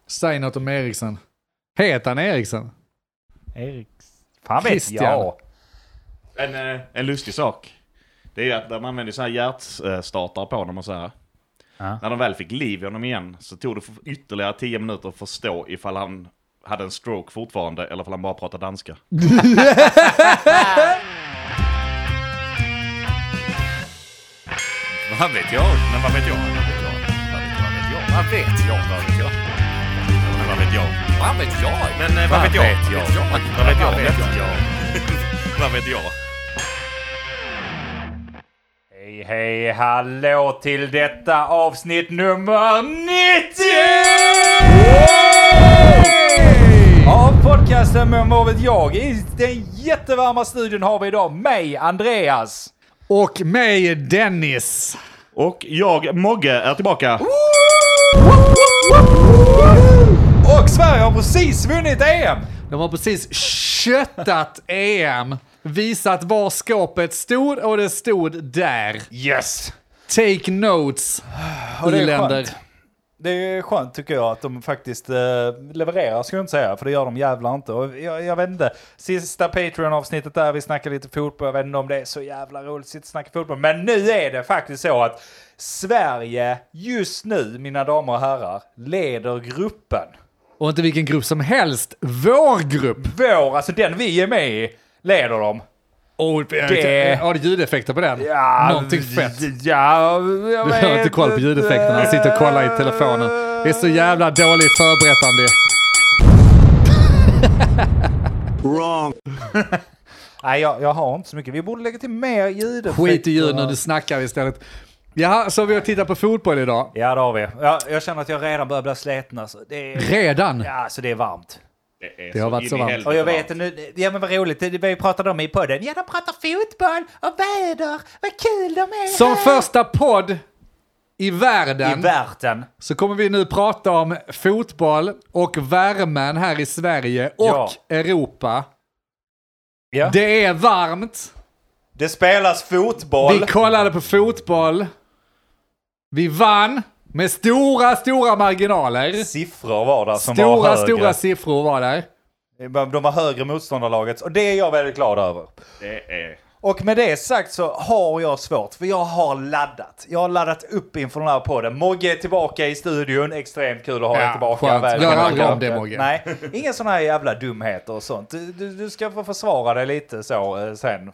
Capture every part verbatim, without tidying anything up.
Säg något om Eriksen. Heter han Eriksen? Eriks. Fan vet jag. En, eh, en lustig sak. Det är ju att man använder så här hjärtstartare på dem och så här. Ja. När de väl fick liv i honom igen så tog det ytterligare tio minuter att förstå ifall han hade en stroke fortfarande eller ifall han bara pratade danska. Vad vet jag? Men vad vet jag? Vad vet jag? Vad vet jag? Vad vet jag? Vad vet jag? Vad vet jag? Men vad vet jag? Men vad vet jag? Vad vet jag? Vad vet jag? Vad vet jag? Hej, hej, hallå till detta avsnitt nummer nittio! Av podcasten med vad vet jag. I den jättevarma studion har vi idag mig, Andreas. Och mig, Dennis. Och jag, Mogge, är tillbaka. Och Sverige har precis vunnit E M. De har precis köttat E M. Visat var skåpet stod och det stod där. Yes. Take notes, och det är länder. skönt. Det är skönt tycker jag att de faktiskt eh, levererar, ska jag inte säga, för det gör de jävla inte. Och jag, jag vet inte, sista Patreon-avsnittet där vi snackar lite fotboll, jag vet inte om det är så jävla roligt att sitta och snacka fotboll. Men nu är det faktiskt så att Sverige just nu, mina damer och herrar, leder gruppen. Och inte vilken grupp som helst, vår grupp. Vår, alltså den vi är med i, leder dem. Oh, det... Har du ljudeffekter på den? Ja, någonting fett. Ja, jag du har inte koll på ljudeffekterna. Han sitter och kollar i telefonen. Det är så jävla dåligt förberättande. Wrong. Nej, jag, jag har inte så mycket. Vi borde lägga till mer ljudeffekter. Skit i ljud när du snackar istället. Ja, så vi har tittat på fotboll idag. Ja, det har vi. Jag, jag känner att jag redan börjar bli sliten. Alltså. Det är... Redan? Ja, så det är varmt. Det, är det har varit så varmt. Och jag vet nu, ja men vad roligt, det vi pratade om i podden. Ja, de pratar fotboll och väder. Vad kul de är. Som första podd i världen. I världen. Så kommer vi nu prata om fotboll och värmen här i Sverige och ja. Europa. Ja. Det är varmt. Det spelas fotboll. Vi kollade på fotboll. Vi vann. Med stora, stora marginaler. Siffror var där som stora, var högre. Stora, stora siffror var där. De var högre motståndarlaget. Och det är jag väldigt glad över. Det är... Och med det sagt så har jag svårt. För jag har laddat. Jag har laddat upp inför den här podden. Mogge är tillbaka i studion. Extremt kul att ha ja, dig tillbaka. Skönt. Gör aldrig om det, Mogge. Nej, inga sådana här jävla dumheter och sånt. Du, du, du ska få försvara dig lite så eh, sen.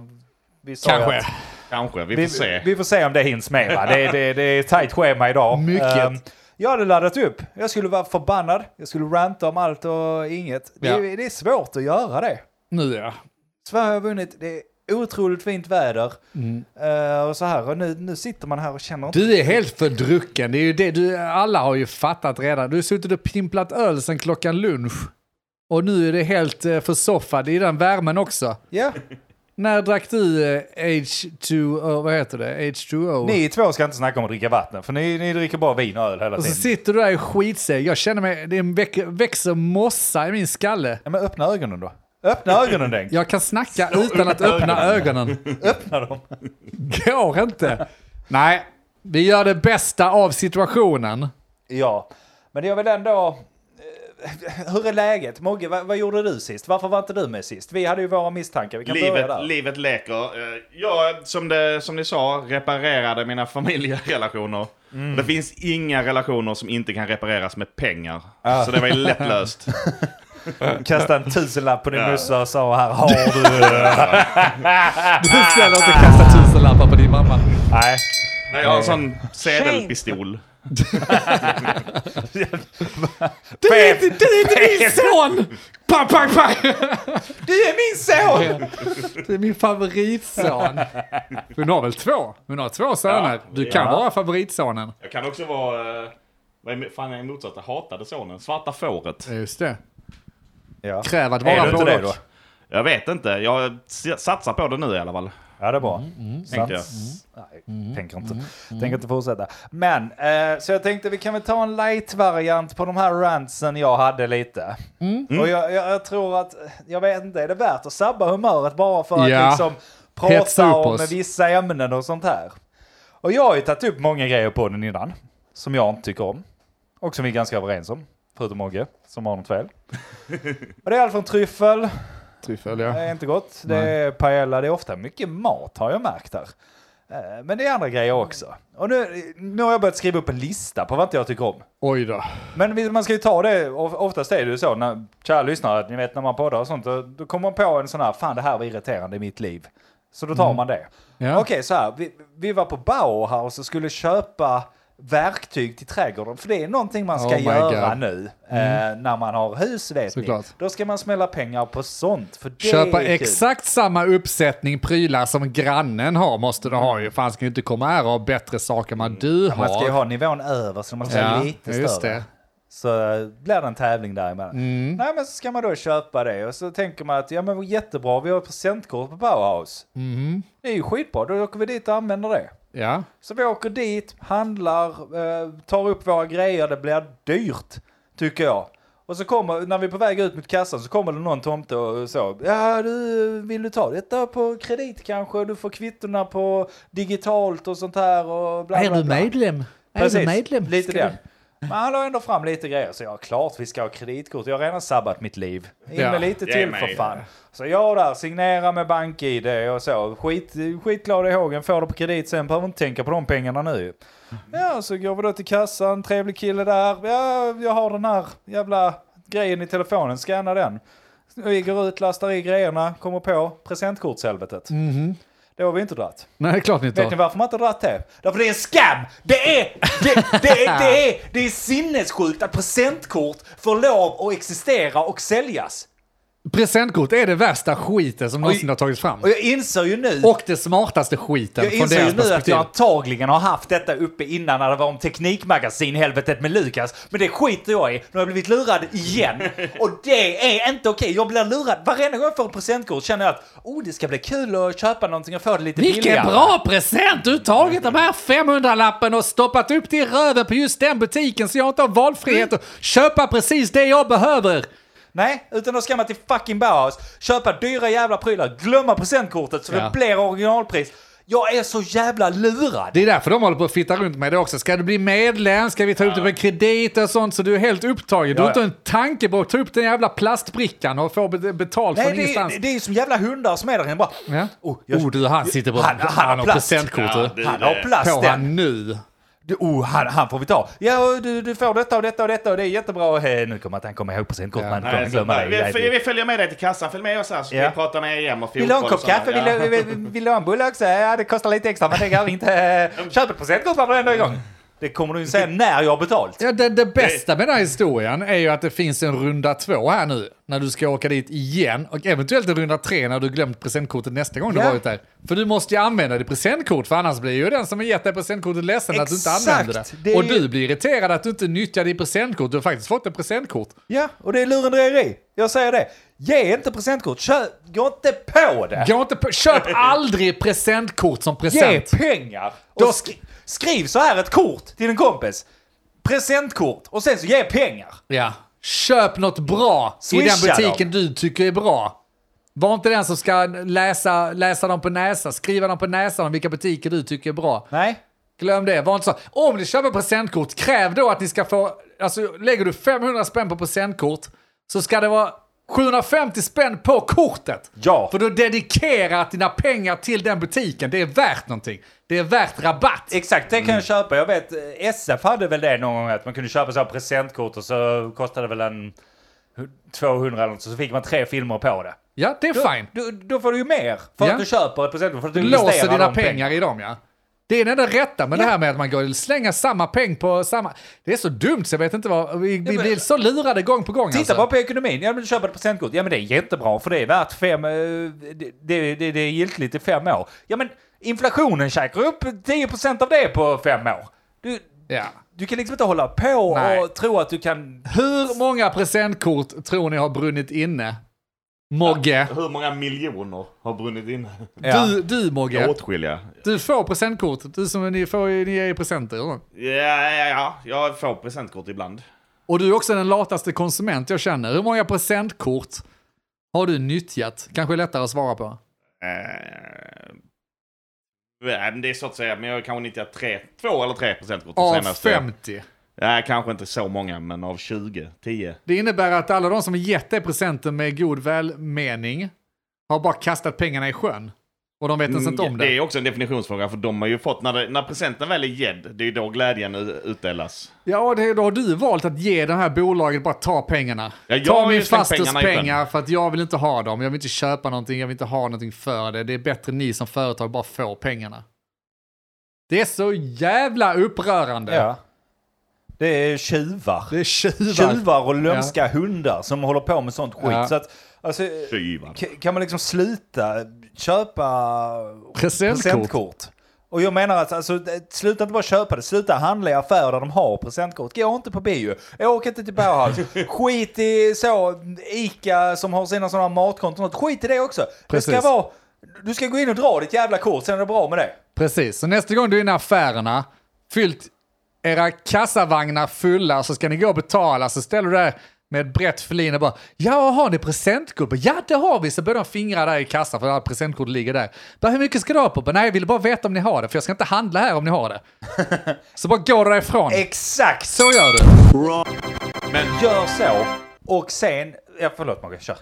Vi Kanske. Att, Kanske, vi får vi, se. Vi får se om det hinns med. Va? Det, det, det är ett tajt schema idag. Mycket. Um, jag hade laddat upp. Jag skulle vara förbannad. Jag skulle ranta om allt och inget. Det, ja. det är svårt att göra det. Nu ja. Sverige har vunnit. Det är otroligt fint väder. Mm. Uh, och så här. Och nu, nu sitter man här och känner... Du är helt fördrucken. Det är ju det du, alla har ju fattat redan. Du har suttit och pimplat öl sedan klockan lunch. Och nu är det helt uh, försoffad i den värmen också. Ja. När drack du uh, H två O, vad heter det? H två O? Ni två ska inte snacka om att dricka vatten. För ni, ni dricker bara vin och öl hela tiden. Och så sitter du där i skitseg. Jag känner mig, det väck, växer mossa i min skalle. Ja, men öppna ögonen då. Öppna ögonen, Denk. Jag kan snacka utan att öppna ögonen. Öppna dem. Går inte. Nej, vi gör det bästa av situationen. Ja, men jag vill ändå... Hur är läget? Mogge, vad, vad gjorde du sist? Varför var inte du med sist? Vi hade ju våra misstankar. Vi kan börja livet, där. livet leker. Jag, som, det, som ni sa, reparerade mina familjerelationer. Mm. Det finns inga relationer som inte kan repareras med pengar. Ah. Så det var ju lättlöst. Kasta en tusenlapp på din mussa och sa här har du... Du ska inte kasta tusenlappar på din mamma. Nej. Nej, jag har en sån sedelpistol. Du är inte, du är inte min son! Pang, pang, pang! Du är min son! Det är min favoritson. Hon har väl två? Hon har två söner. Ja, du kan ja. vara favoritsonen. Jag kan också vara... Vad är fan är jag motsatt? Hatade sonen. Svarta fåret. Just det. Ja. Kräv att vara på det då? Jag vet inte. Jag satsar på det nu i alla fall. Ja, det är bra. Mm, mm, tänkte jag. Mm. Nej, tänker inte. Mm, mm. Tänker inte fortsätta. Men, eh, så jag tänkte vi kan väl ta en light-variant på de här rantsen jag hade lite. Mm. Och jag, jag, jag tror att, jag vet inte, är det värt att sabba humöret bara för att ja. liksom prata om med vissa ämnen och sånt här. Och jag har ju tagit upp många grejer på den innan, som jag inte tycker om. Och som vi är ganska överens om. förutom Mogge, som har något fel. Och det är allt från tryffel. Tryffel, ja. Det är inte gott. Det är paella. Det är ofta mycket mat, har jag märkt här. Men det är andra grejer också. Och nu, nu har jag börjat skriva upp en lista på vad inte jag tycker om. Oj då. Men man ska ju ta det, oftast är det ju så, när kära lyssnare, ni vet när man poddar och sånt, då, då kommer man på en sån här, fan det här var irriterande i mitt liv. Så då tar mm. man det. Ja. Okej, okay, så här, vi, vi var på Bauhaus och skulle köpa verktyg till trädgården. För det är någonting man ska oh göra God. nu. Mm. Eh, när man har hus, vet Såklart. ni. Då ska man smälla pengar på sånt. För det Köpa exakt samma uppsättning prylar som grannen har måste du ha ju. För han ska ju inte komma här och ha bättre saker än vad du har. Man ska ju ha nivån över så man ska ja, lite just större. Det. Så blir det en tävling däremellan. Mm. Nej, men så ska man då köpa det. Och så tänker man att ja men jättebra, vi har ett presentkort på Bauhaus. Mm. Det är ju skitbra, då åker vi dit och använder det. Ja. Så vi åker dit, handlar, eh, tar upp våra grejer, det blir dyrt, tycker jag. Och så kommer, när vi är på väg ut mot kassan så kommer det någon tomte och så. Ja, du, vill du ta detta på kredit kanske? Du får kvittorna på digitalt och sånt här och bla bla bla. Är du medlem? Precis, är du medlem? lite det. Men han la ändå fram lite grejer. Så ja, klart vi ska ha kreditkort. Jag har redan sabbat mitt liv. In med ja, lite till för fan. Så jag där, signera med bank-id och så. Skit, skitglad i hågen. Får det på kredit sen. Behöver inte tänka på de pengarna nu. Mm. Ja, så går vi då till kassan. Trevlig kille där. Ja, jag har den här jävla grejen i telefonen. Scanna den. Vi går ut, lastar i grejerna. Kommer på presentkortshelvetet. Mhm. Det har vi inte dratt. Nej, det är klart ni inte. Vet ni varför man inte har dratt det? Därför det är en scam! Det är, det, det, är, det, är, det är sinnessjukt att presentkort får lov att existera och säljas. Presentkort är det värsta skiten som någonsin har tagits fram. Och jag inser ju nu... Och det smartaste skiten jag från deras perspektiv. Jag inser ju nu att jag antagligen har haft detta uppe innan när det var om teknikmagasin, helvetet med Lukas. Men det skiter jag i. Nu har jag blivit lurad igen. Och det är inte okej. Jag blir lurad. Varenda gång jag får ett presentkort känner jag att oh, det ska bli kul att köpa någonting och få det lite Vilken billigare. Vilken bra present! Du har tagit de här femhundra-lappen och stoppat upp det i röven på just den butiken så jag inte har valfrihet att köpa precis det jag behöver. Nej, utan då ska man till fucking Bauhaus, köpa dyra jävla prylar, glömma presentkortet så ja. det blir originalpris. Jag är så jävla lurad. Det är därför de håller på att fitta runt med det också. Ska du bli medlem? Ska vi ta upp det med kredit och sånt så du är helt upptagen? Du har ja, ja. inte en tanke på att ta upp den jävla plastbrickan och få betalt Nej, från det, ingenstans. Det, det är ju som jävla hundar som är där. Bara, ja. oh, jag, oh, du, han sitter på han, han, han har presentkort. Ja, han har plast. På han nu. Du, oh, han, han får vi ta. Ja, du, du får detta och detta och detta och det är jättebra. Hey, nu kommer att han kommer ihåg på sin kort. Ja. Nej, så, nej, vi, vi följer med dig till kassan. Följ med oss här så ja. vi pratar med E M och fotboll. Vill du ha en kopp kaffe? Ja. Vill, vill, vill, vill du ha en bulle också? Ja, det kostar lite extra men det kan vi inte. Köp ett presentkort varenda gång. Det kommer du ju säga när jag har betalt. Ja, det, det bästa med den här historien är ju att det finns en runda två här nu. När du ska åka dit igen. Och eventuellt en runda tre när du glömt presentkortet nästa gång ja. du varit där. För du måste ju använda ditt presentkort. För annars blir ju den som har gett dig presentkortet ledsen Exakt. att du inte använder det. det och ju... du blir irriterad att du inte nyttjar ditt presentkort. Du har faktiskt fått ett presentkort. Ja, och det är lurendrejeri. Jag säger det. Ge inte presentkort. Köp, gå inte på det. Gå inte på, köp aldrig presentkort som present. Ge pengar. Och sk- skriv så här ett kort till en kompis. Presentkort. Och sen så ge pengar. Ja. Köp något bra Swisha i den butiken dem. du tycker är bra. Var inte den som ska läsa, läsa dem på näsan. Skriva dem på näsan om vilka butiker du tycker är bra. Nej. Glöm det. Var inte så. Om ni köper presentkort, kräv då att ni ska få... Alltså lägger du femhundra spänn på presentkort så ska det vara sjuhundrafemtio spänn på kortet. Ja. För du dedikerar dina pengar till den butiken. Det är värt någonting. Det är värt rabatt. Exakt, det kan mm. jag köpa. Jag vet, S F hade väl det någon gång att man kunde köpa så här presentkort och så kostade det väl en tvåhundra eller något, så fick man tre filmer på det. Ja, det är då, fine. Då, då får du ju mer för ja. att du köper ett presentkort. För att du låser dina pengar, pengar i dem, ja. Det är den enda rätta med ja. det här med att man går och slänger samma peng på samma... Det är så dumt så jag vet inte vad... Vi, vi ja, blir så lurade gång på gång. Titta alltså. bara på ekonomin. Ja, men du köper ett presentkort. Ja, men det är jättebra för det är värt fem... Det, det, det, det är giltigt i fem år. Ja, men inflationen käkar upp tio procent av det på fem år. Du, ja. du kan liksom inte hålla på Nej. och tro att du kan... Hur många presentkort tror ni har brunnit inne? Mogge. Ja, hur många miljoner har brunnit in? Ja. Du, du Mogge. Åtskilliga. Du får presentkort. Du som ni får ni ger presenter. Eller? Ja, ja, ja. Jag får presentkort ibland. Och du är också den lataste konsument jag känner. Hur många presentkort har du nyttjat? Kanske lättare att svara på. Uh, det är så att säga. Men jag har kanske nyttjat tre, två eller tre presentkort. Av femtio. Ja, kanske inte så många, men av tjugo, tio. Det innebär att alla de som har gett dig presenten med god välmening har bara kastat pengarna i sjön. Och de vet ens inte om det. Det är också en definitionsfråga, för de har ju fått, när, det, när presenten väl är gedd, det är ju då glädjen utdelas. Ja, det, då har du valt att ge det här bolaget bara ta pengarna. Ja, jag ta min slängt fasters pengarna i pengar för att jag vill inte ha dem. Jag vill inte köpa någonting, jag vill inte ha någonting för det. Det är bättre ni som företag bara får pengarna. Det är så jävla upprörande. Ja. Det är tjuvar. Det är tjuvar. Tjuvar och lömska ja. hundar som håller på med sånt skit. Ja. Så att, alltså, k- kan man liksom sluta köpa Presentkort. presentkort? Och jag menar att alltså, sluta inte bara köpa det, sluta handla i affärer där de har presentkort. Gå inte på bio, åk inte till Bauhaus. Skit i så Ica som har sina sådana matkonton. Skit i det också. Precis. Det ska vara, du ska gå in och dra ditt jävla kort, sen är det bra med det. Precis, så nästa gång du är inne i affärerna, fyllt era kassavagnar fulla, så ska ni gå och betala, så ställer du där med ett brett flin och bara, ja, har ni presentkort? Ja, det har vi. Så börjar de fingra där i kassan för att presentkort ligger där. Bara, hur mycket ska du ha på? Nej, jag vill bara veta om ni har det, för jag ska inte handla här om ni har det. Så bara gå därifrån. Exakt! Så gör du. Men gör så, och sen, ja, förlåt Mogge, kör.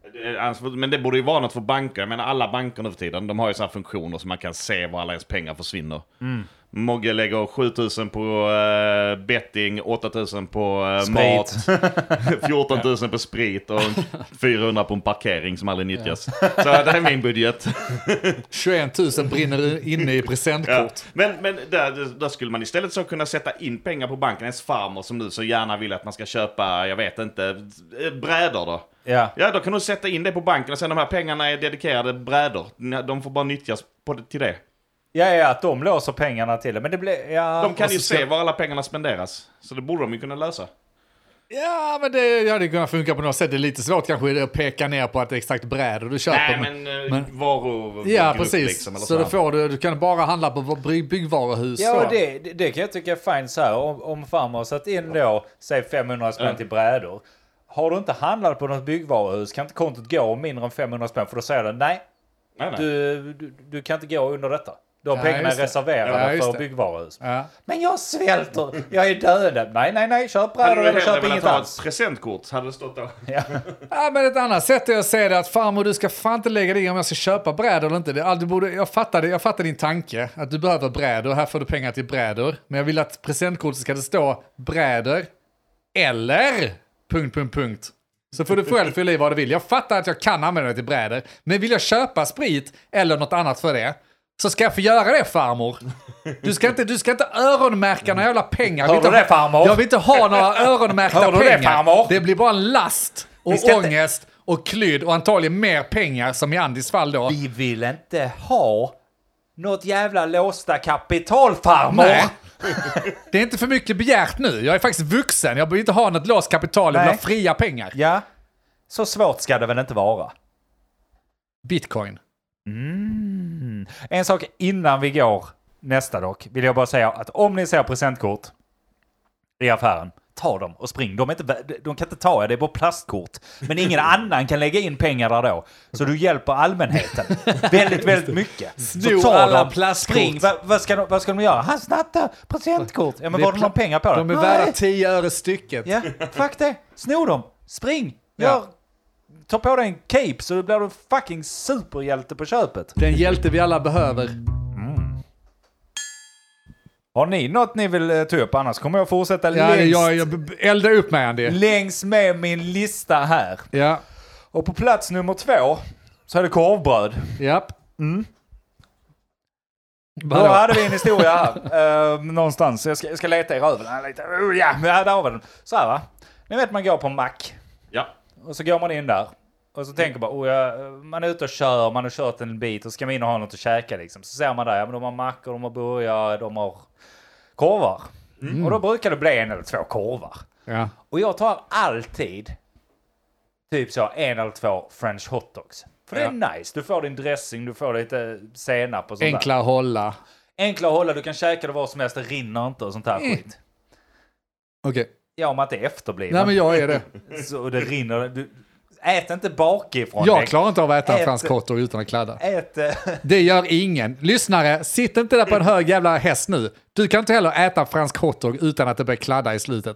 Men det borde ju vara något för banker. Jag menar, alla banker nu för tiden, de har ju så här funktioner så man kan se var alla ens pengar försvinner. Mm. Mogge lägger sjutusen på uh, betting, åttatusen på uh, mat, fjorton tusen på sprit och fyrahundra på en parkering som aldrig nyttjas. Ja. Så det här är min budget. tjugoett tusen brinner inne i presentkort. Ja. Men, men där, där skulle man istället så kunna sätta in pengar på banken. Ens farmor som nu så gärna vill att man ska köpa, jag vet inte, brädor då. Ja. Ja, då kan du sätta in det på banken och sen de här pengarna är dedikerade brädor. De får bara nyttjas på det, till det. Ja, ja, att de låser pengarna till det. Men det blir, ja, de kan ju ska... se var alla pengarna spenderas. Så det borde de ju kunna lösa. Ja, men det hade kunnat funka på något sätt. Det är lite svårt kanske att peka ner på att det är exakt brädor du köper. Nej, men, men varor... Ja, precis. Liksom, så då får du, du kan bara handla på byggvaruhus. Ja, det, det, det kan jag tycka är fint så här. Om, om farmor har satt in då, säg femhundra spänn ja. till brädor. Har du inte handlat på något byggvaruhus kan inte kontot gå mindre än femhundra spänn. För då säger den, nej, nej, nej. Du, du, du kan inte gå under detta. De ja, pengarna är reserverade ja, för byggvaruhus. Ja. Men jag svälter, jag är död. Nej, nej, nej, köp brädor eller köp inget alls. Presentkort hade det stått då. Ja. Ja, men ett annat sätt är att säga det att farmor, du ska fan inte lägga dig om jag ska köpa brädor eller inte. Det, du borde, jag, fattar det, jag fattar din tanke att du behöver brädor. Här får du pengar till brädor. Men jag vill att presentkortet ska det stå brädor eller punkt, punkt, punkt. Så får du själv fylla i vad du vill. Jag fattar att jag kan använda det till brädor. Men vill jag köpa sprit eller något annat för det, så ska jag få göra det, farmor. Du ska inte, du ska inte öronmärka några jävla pengar. Hör du det, farmor? Jag vill inte ha några öronmärkta Hör du pengar. Det, farmor? Det blir bara en last och ångest inte... och klydd och antagligen mer pengar som i Andis fall då. Vi vill inte ha något jävla låsta kapital, farmor. Nej. Det är inte för mycket begärt nu. Jag är faktiskt vuxen. Jag vill inte ha något låst kapital. Jag vill ha fria pengar. Ja, så svårt ska det väl inte vara. Bitcoin. Mm. En sak innan vi går nästa dock vill jag bara säga att om ni ser presentkort i affären, ta dem och spring. De, är inte, de kan inte ta er, det är bara plastkort. Men ingen annan kan lägga in pengar där då. Så du hjälper allmänheten väldigt, väldigt mycket. Så ta alla plastkort. Spring. Va, vad, ska de, vad ska de göra? Han snattar presentkort. Ja, men var har de några pengar på det? De är värda tio öre stycket. Ja, fuck det. Sno dem. Spring. Gör... Ja. Ta på dig en cape så du blir du fucking superhjälte på köpet. Den hjälte vi alla behöver. Mm. Har ni något ni vill ta upp? Annars kommer jag fortsätta ja, längs... Jag, jag eldar upp mig, Andy. Längs med min lista här. Ja. Och på plats nummer två så är det korvbröd. Japp. Mm. Då hade vi en historia här. uh, någonstans. Jag ska, jag ska leta i röven. Uh, ja, där har vi den. Så här, va? Ni vet man går på en mack. Ja. Och så går man in där. Och så tänker man, oh, ja, man är ute och kör, man har kört en bit och ska man in och ha något att käka liksom. Så ser man där, ja men de har mackor, de har burgare, de har korvar. Mm. Och då brukar det bli en eller två korvar. Ja. Och jag tar alltid typ så en eller två French hotdogs. För ja. det är nice, du får din dressing, du får lite senap och sånt där. Enkla att hålla. Enkla att hålla, du kan käka det vad som helst, det rinner inte och sånt här mm. skit. Okej. Okay. Ja, om att det är efterblivet. Nej, men jag är det. Så det rinner... Du, ät inte bakifrån. Jag klarar inte av att äta en Ät- fransk hotdog utan att kladda. Ät, eh, Det gör ingen. Lyssnare, sitt inte där på en hög jävla häst nu. Du kan inte heller äta fransk hotdog utan att det börjar kladda i slutet.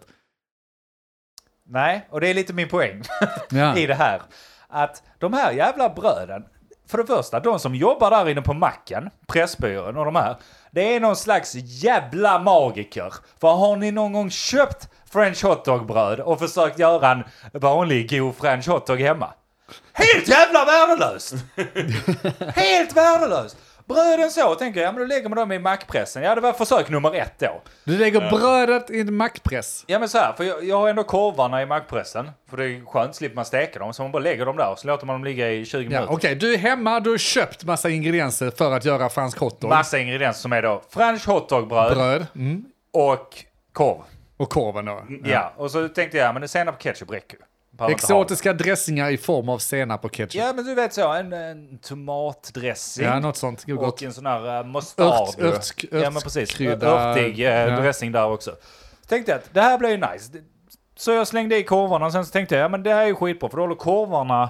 nej, och det är lite min poäng Ja. i det här. Att de här jävla bröden, för det första, de som jobbar där inne på macken, Pressbyrån och de här, det är någon slags jävla magiker. För har ni någon gång köpt French hotdog-bröd och försökt göra en vanlig god French hotdog hemma? Helt jävla värdelöst! Helt värdelöst! Bröden så, tänker jag, men då lägger man dem i mackpressen. Ja, det var försök nummer ett då. Du lägger brödet i en mackpress. Ja, men så här, för jag, jag har ändå korvarna i mackpressen. För det är skönt, slipper man steka dem. Så man bara lägger dem där och så låter man dem ligga i tjugo Ja, minuter. Okej, du är hemma, du har köpt massa ingredienser för att göra fransk hotdog. Massa ingredienser som är då French hotdogbröd Bröd mm. och korv. och korven då. Ja. och så tänkte jag, men det senap och ketchup räcker. Behöver inte ha Exotiska dressingar i form av senap och ketchup. det. Ja, men du vet så, en, en tomatdressing. Ja, något sånt. God och gott. en sån här uh, mustard. Ört- ört- ja, men precis. örtkrydda. Örtig uh, Ja. dressing där också. Så tänkte jag att det här blir ju nice. Så jag slängde i korvarna och sen så tänkte jag, ja men det här är ju skitbra för då håller korvarna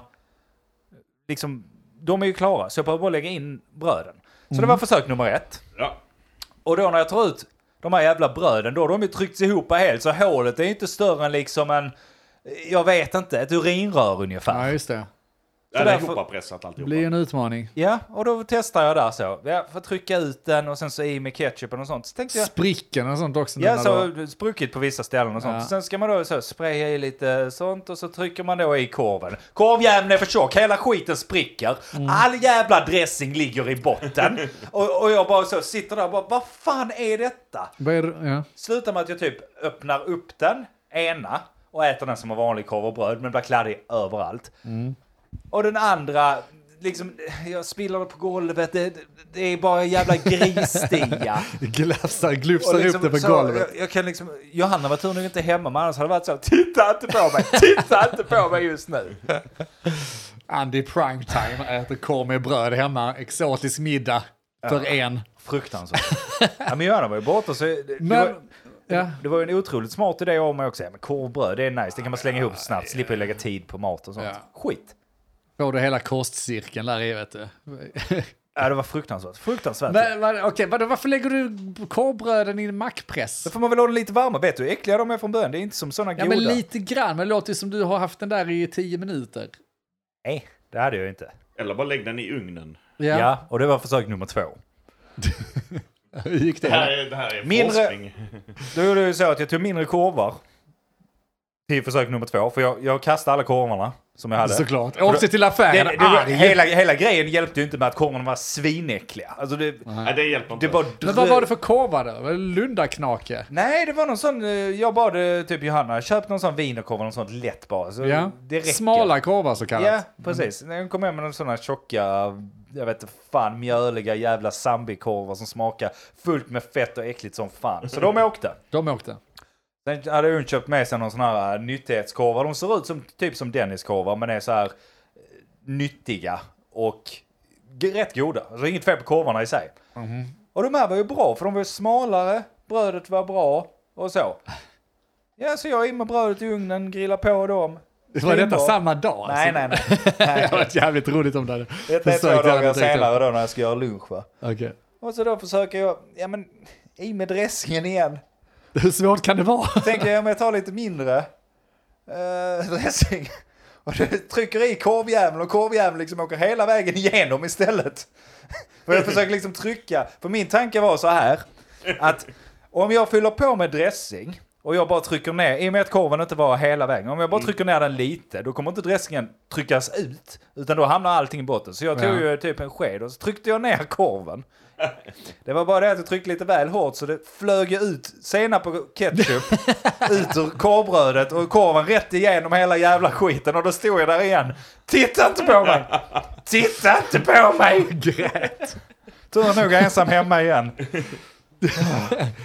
liksom, de är ju klara. Så jag behöver bara lägga in bröden. Så Mm. det var försök nummer ett. Ja. Och då när jag tar ut de här jävla bröden, då har de ju tryckts ihop helt. Så hålet är inte större än liksom en, jag vet inte, ett urinrör ungefär. Ja, just det. Ja, det är därför- hoppressat Det alltihopa. blir en utmaning. Ja, och då testar jag där så. Jag får trycka ut den och sen så i med ketchupen och sånt. Så tänkte jag, Spricken och sånt också. nu ja, när du- så spruckit på vissa ställen och sånt. Ja. Sen ska man då så spraya i lite sånt och så trycker man då i korven. Korvjäveln är för tjock, hela skiten spricker. Mm. All jävla dressing ligger i botten. och, och jag bara så sitter där och bara, vad fan är detta? Vad är det? Ja. Slutar med att jag typ öppnar upp den, ena, och äter den som en vanlig korv och bröd, men blir kladdig överallt. Mm. Och den andra, liksom, jag spiller det på golvet, det, det, det är bara en jävla grisstia. Glafsar, Och glufsar liksom, upp det på så, golvet. Jag, jag kan liksom, Johanna var tur inte hemma, men annars hade det varit så, titta inte på mig, titta inte på mig just nu. Andy Primetime äter korv med bröd hemma. Exotisk middag för en. Fruktansvärt. Ja, men Johanna var ju borta, så det, det, Men, var, ja. det var ju en otroligt smart idé om mig också. Men korvbröd, det är nice, det kan man slänga ihop snabbt, slipper ju lägga tid på mat och sånt. Ja. Skit. Får du hela kostcirkeln där i, vet du. Ja, det var fruktansvärt. Fruktansvärt. Men, vad- okej, vadå, varför lägger du korvbröden i en mackpress? Då får man väl ha den lite varma. Vet du hur äckliga de är från början? Det är inte som sådana Ja, goda. men lite grann. Men det låter ju som du har haft den där i tio minuter. Nej, det hade jag inte. Eller bara lägg den i ugnen. Ja. Ja, och det var försök nummer två. Hur gick det? Det här är, det här är Mindre- forskning. Då gjorde jag ju så att jag tog mindre korvar till försök nummer två. För jag, jag kastade alla korvarna som jag hade. Såklart. Åkte till affären, Det, det var, arg. hela, hela grejen hjälpte ju inte med att korvarna var svinäckliga. Alltså det, Nej, det hjälper inte. det bara Men vad var det för korvar då? Var det Lundaknake? Nej, det var någon sån, eh, jag bad eh, typ Johanna, köp någon sån wienerkorv, någon sånt lätt bara. Så Ja. det räcker. Smala korvar så kallat. Ja, precis. När jag kom hem med någon sån här tjocka, jag vet inte fan, mjöliga jävla sambikorvar som smakar fullt med fett och äckligt som fan. Så de åkte. De åkte. Sen hade hon köpt med sig någon sån här uh, nyttighetskorvar. De ser ut som typ som Denniskorvar, men är så här uh, nyttiga och g- rätt goda. Alltså inget fel på korvarna i sig. Mhm. Och de här var ju bra, för de var ju smalare, brödet var bra och så. Ja, så jag in med brödet i ugnen, grillar på dem. Var detta Svinbra. samma dag? Nej, alltså? nej, nej. Det nej. hade varit jävligt roligt om det hade Detta är två försökt dagar göra det direkt senare då när jag ska göra lunch, va. upp. Okej. Och så då försöker jag, ja men, i med dressingen igen. Hur svårt kan det vara? Tänker jag om jag tar lite mindre uh, dressing och det trycker i korvjäveln och korvjäveln liksom åker hela vägen igenom istället. För jag försöker liksom trycka, för min tanke var så här att om jag fyller på med dressing och jag bara trycker ner, i och med att korven inte var hela vägen, om jag bara trycker ner den lite, då kommer inte dressingen tryckas ut, utan då hamnar allting i botten. Så jag tog Ja. ju typ en sked och så tryckte jag ner korven. Det var bara det att jag tryckte lite väl hårt så det flög ut senap och ketchup ut ur korvbrödet och korven rätt igenom hela jävla skiten och då stod jag där igen. Titta inte på mig! Titta inte på mig! Grät. Tur nog ensam hemma igen.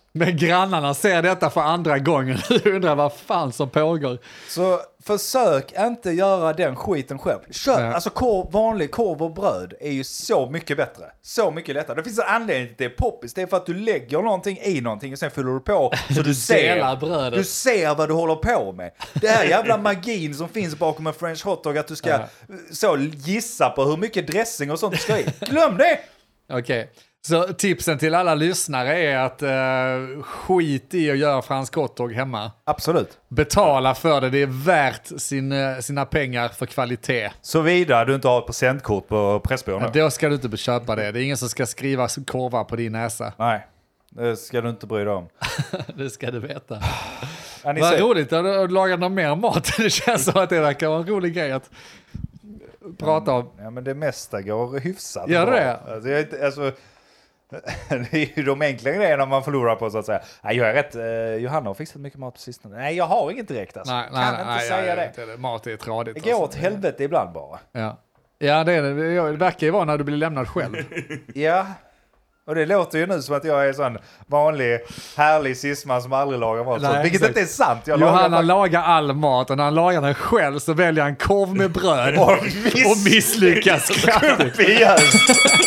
Men grannarna ser detta för andra gången. undrar vad fan som pågår. Så försök inte göra den skiten själv. Köp, Ja. alltså korv, vanlig korv och bröd är ju så mycket bättre. Så mycket lättare. Det finns en anledning till att det är poppis. Det är för att du lägger någonting i någonting och sen fyller du på. Så du delar ser, brödet. du ser vad du håller på med. Det här jävla magin som finns bakom en french hotdog. Att du ska Ja. så gissa på hur mycket dressing och sånt du ska i. Glöm det! Okej, okay. Så tipsen till alla lyssnare är att uh, skit i att göra fransk hotdog hemma. Absolut. Betala för det, det är värt sin, sina pengar för kvalitet. Såvida du inte har ett presentkort på Pressbyrån. Ja, då ska du inte köpa det. Det är ingen som ska skriva korvar på din näsa. Nej, det ska du inte bry dig om. Det ska du veta. Ja, ni Vad ser. roligt att laga någon mer mat. Det känns som att det verkar vara en rolig grej att prata om. Ja, men det mesta går hyfsat Gör bra. det? Alltså, jag, är inte- alltså, det är ju de enkla grejerna man förlorar på, så att säga. Nej, jag är rätt. Eh, Johanna har fixat mycket mat på sistone. Nej, jag har inget direkt alltså. Nej, kan nej, inte nej, säga nej, det. det. Mat är tradigt. Det går åt alltså. helvete ibland bara. Ja, ja det, är det. det verkar ju vara när du blir lämnad själv. Ja, och det låter ju nu som att jag är en sån vanlig, härlig sisman som aldrig lagar mat. Nej, Vilket exakt. inte är sant. Jag Johanna lagar lagar all mat och när han lagar den själv så väljer han korv med bröd och och miss misslyckas kraftigt. upp i öst.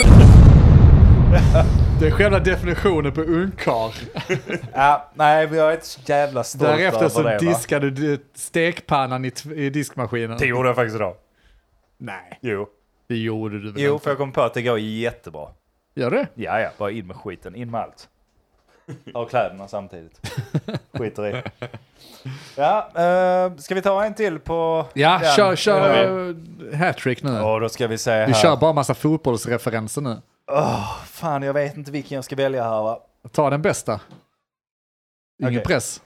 Det är själva definitionen på ungkarl. Ja, nej, vi är ett så jävla stolt Därefter över så det, va? diskar du stekpannan i, t- i diskmaskinen. Det gjorde jag faktiskt idag. Nej, Jo. det gjorde du väl Jo, inte? för jag kom på att det går jättebra. Gör det? Ja, ja, bara in med skiten, in med allt. Och kläderna samtidigt. Skiter i. Ja, uh, ska vi ta en till på Ja, den? kör, kör Ja. hattrick nu. Och då ska vi säga Vi här. kör bara massa fotbollsreferenser nu. Åh, fan, jag vet inte vilken jag ska välja här, va? Ta den bästa. Ingen Okej. press.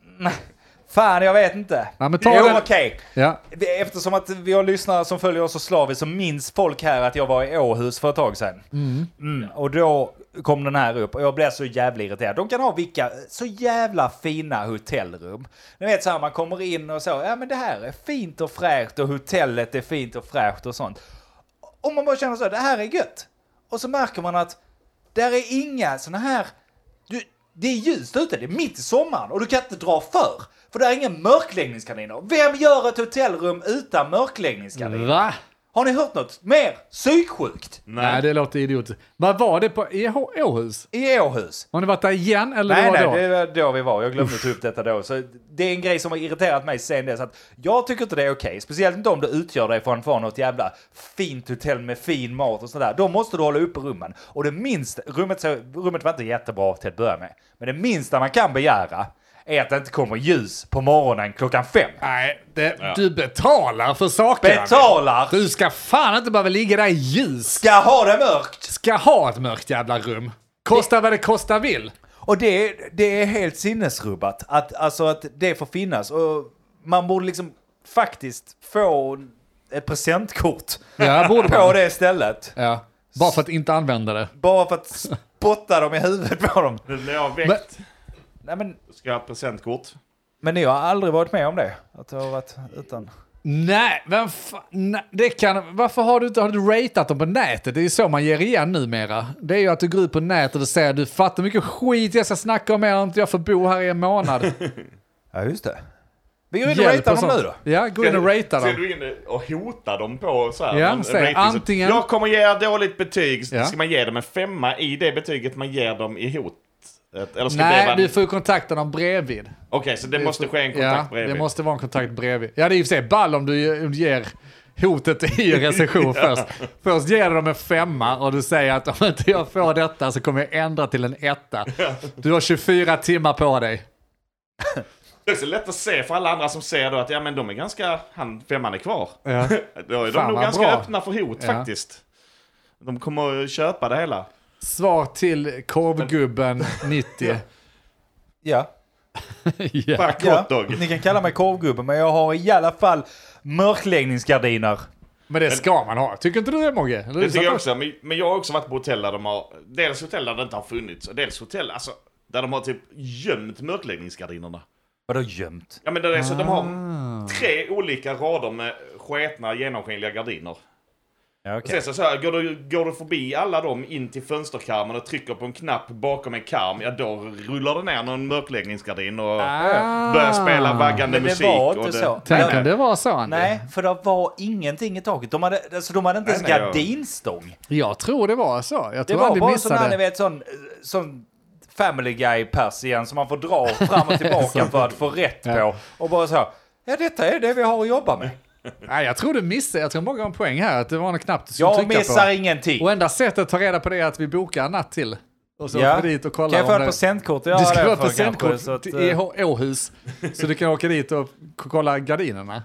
Fan, jag vet inte. Ja, men ta jo, den. okej. Ja. Vi- Eftersom att vi har lyssnare som följer oss så slaviskt så minns folk här att jag var i Åhus för ett tag sedan. Mm. Och då kom den här upp och jag blev så jävla irriterad. De kan ha vilka så jävla fina hotellrum. Ni vet så här, man kommer in och så, ja men det här är fint och fräscht och hotellet är fint och fräscht och sånt. Och man bara känner så, det här är gött. Och så märker man att där är inga såna här... Du, det är ljust ute, det är mitt i sommaren och du kan inte dra för. För det är inga mörkläggningsgardiner. Vem gör ett hotellrum utan mörkläggningsgardiner? Va? Har ni hört något mer psyksjukt? Nej, det låter idiotiskt. Vad var det på i Å- Åhus? I Åhus? Har ni varit där igen eller Nej, det var nej, då? det var då vi var. Jag glömde ta upp detta då. Så det är en grej som har irriterat mig sen dess. Att jag tycker inte det är okej. Speciellt inte om du utgör dig från, från något jävla fint hotell med fin mat och sådär. Då måste du hålla uppe rummen. Och det minsta, rummet, så, rummet var inte jättebra till att börja med. Men det minsta man kan begära är att det inte kommer ljus på morgonen klockan fem. Nej, det, Ja. du betalar för saker. Betalar! Du ska fan inte behöva ligga där i ljus. Ska ha det mörkt! Ska ha ett mörkt jävla rum. Kosta vad det kostar vill. Och det, det är helt sinnesrubbat att, alltså att det får finnas. Och man borde liksom faktiskt få ett presentkort Ja, borde på man. det stället. Ja. Bara för att inte använda det. Bara för att spotta dem i huvudet på dem. Nu blir jag väckt. Nej, men, Ska jag ha presentkort? men ni har aldrig varit med om det? Att det har varit utan... Nej, vem fan, nej, det kan, varför har du inte har du ratat dem på nätet? Det är ju så man ger igen numera. Det är ju att du går ut på nätet och säger du fattar mycket skit jag ska snacka om er, inte jag får bo här i en månad. Ja, just det. Vi går in och Hjälp ratear och dem nu sånt. då. Ja, gå in och rata Ska dem. du in och hota dem på så här? Ja, en säg rating? antingen- Jag kommer ge er dåligt betyg. Ja. Ska man ge dem en femma i det betyget man ger dem i hot? Eller ska det Nej, vara... du får ju kontakta dem bredvid. Okej, så det måste ske en kontakt Ja, bredvid. det måste vara en kontakt bredvid. Ja, det är ju för sig ball om du ger hotet i recension först. Först ger du dem en femma och du säger att om inte jag får detta så kommer jag ändra till en etta. Du har tjugofyra timmar på dig. Det är så lätt att se för alla andra som ser då att ja, men de är ganska... Han, femman är kvar. Ja. Då är de Fan, nog vad ganska bra. öppna för hot Ja. faktiskt. De kommer att köpa det hela. Svar till korvgubben nittio. Ja. Ja. Fuck ja. hotdog. Ni kan kalla mig korvgubben, men jag har i alla fall mörkläggningsgardiner. Men det ska man ha. Tycker inte du det, Mogge? Eller Det är tycker jag så- också. Men, men jag har också varit på hotell där de har... Dels hotell där det inte har funnits. Och dels hotell alltså, där de har typ gömt mörkläggningsgardinerna. Vadå gömt? Ja men det är så de Ah. har tre olika rader med sketna genomskinliga gardiner. Ja, okay. Och sen så, så här, går, du, går du förbi alla dem in till fönsterkarmen och trycker på en knapp bakom en karm, ja då rullar det ner någon mörkläggningsgardin och Ah. börjar spela vaggande Men det musik. var inte och det, så. Tänk Nej. om det var så, Andy. Nej, för det var ingenting i taket. De hade, alltså, de hade inte ens Nej, nej, ja. gardinstång. Jag tror det var så. Jag Det tror var Andy bara en sån missade. här, ni vet, sån, sån Family Guy-pass igen som man får dra fram och tillbaka för att få rätt på. Ja. Och bara så, ja detta är det vi har att jobba med. Nej, jag tror du missade. Jag tror många har en poäng här. Att det var en knapp du skulle Jag trycka missar på. ingenting. Och enda sättet att ta reda på det är att vi bokar en natt till. Och så Ja. åker vi dit och kollar Kan jag få om ett det... presentkort? Ja, Du ska det ha ett för kanske, presentkort så att, i eh, Å- Åhus. Så du kan åka dit och k- kolla gardinerna.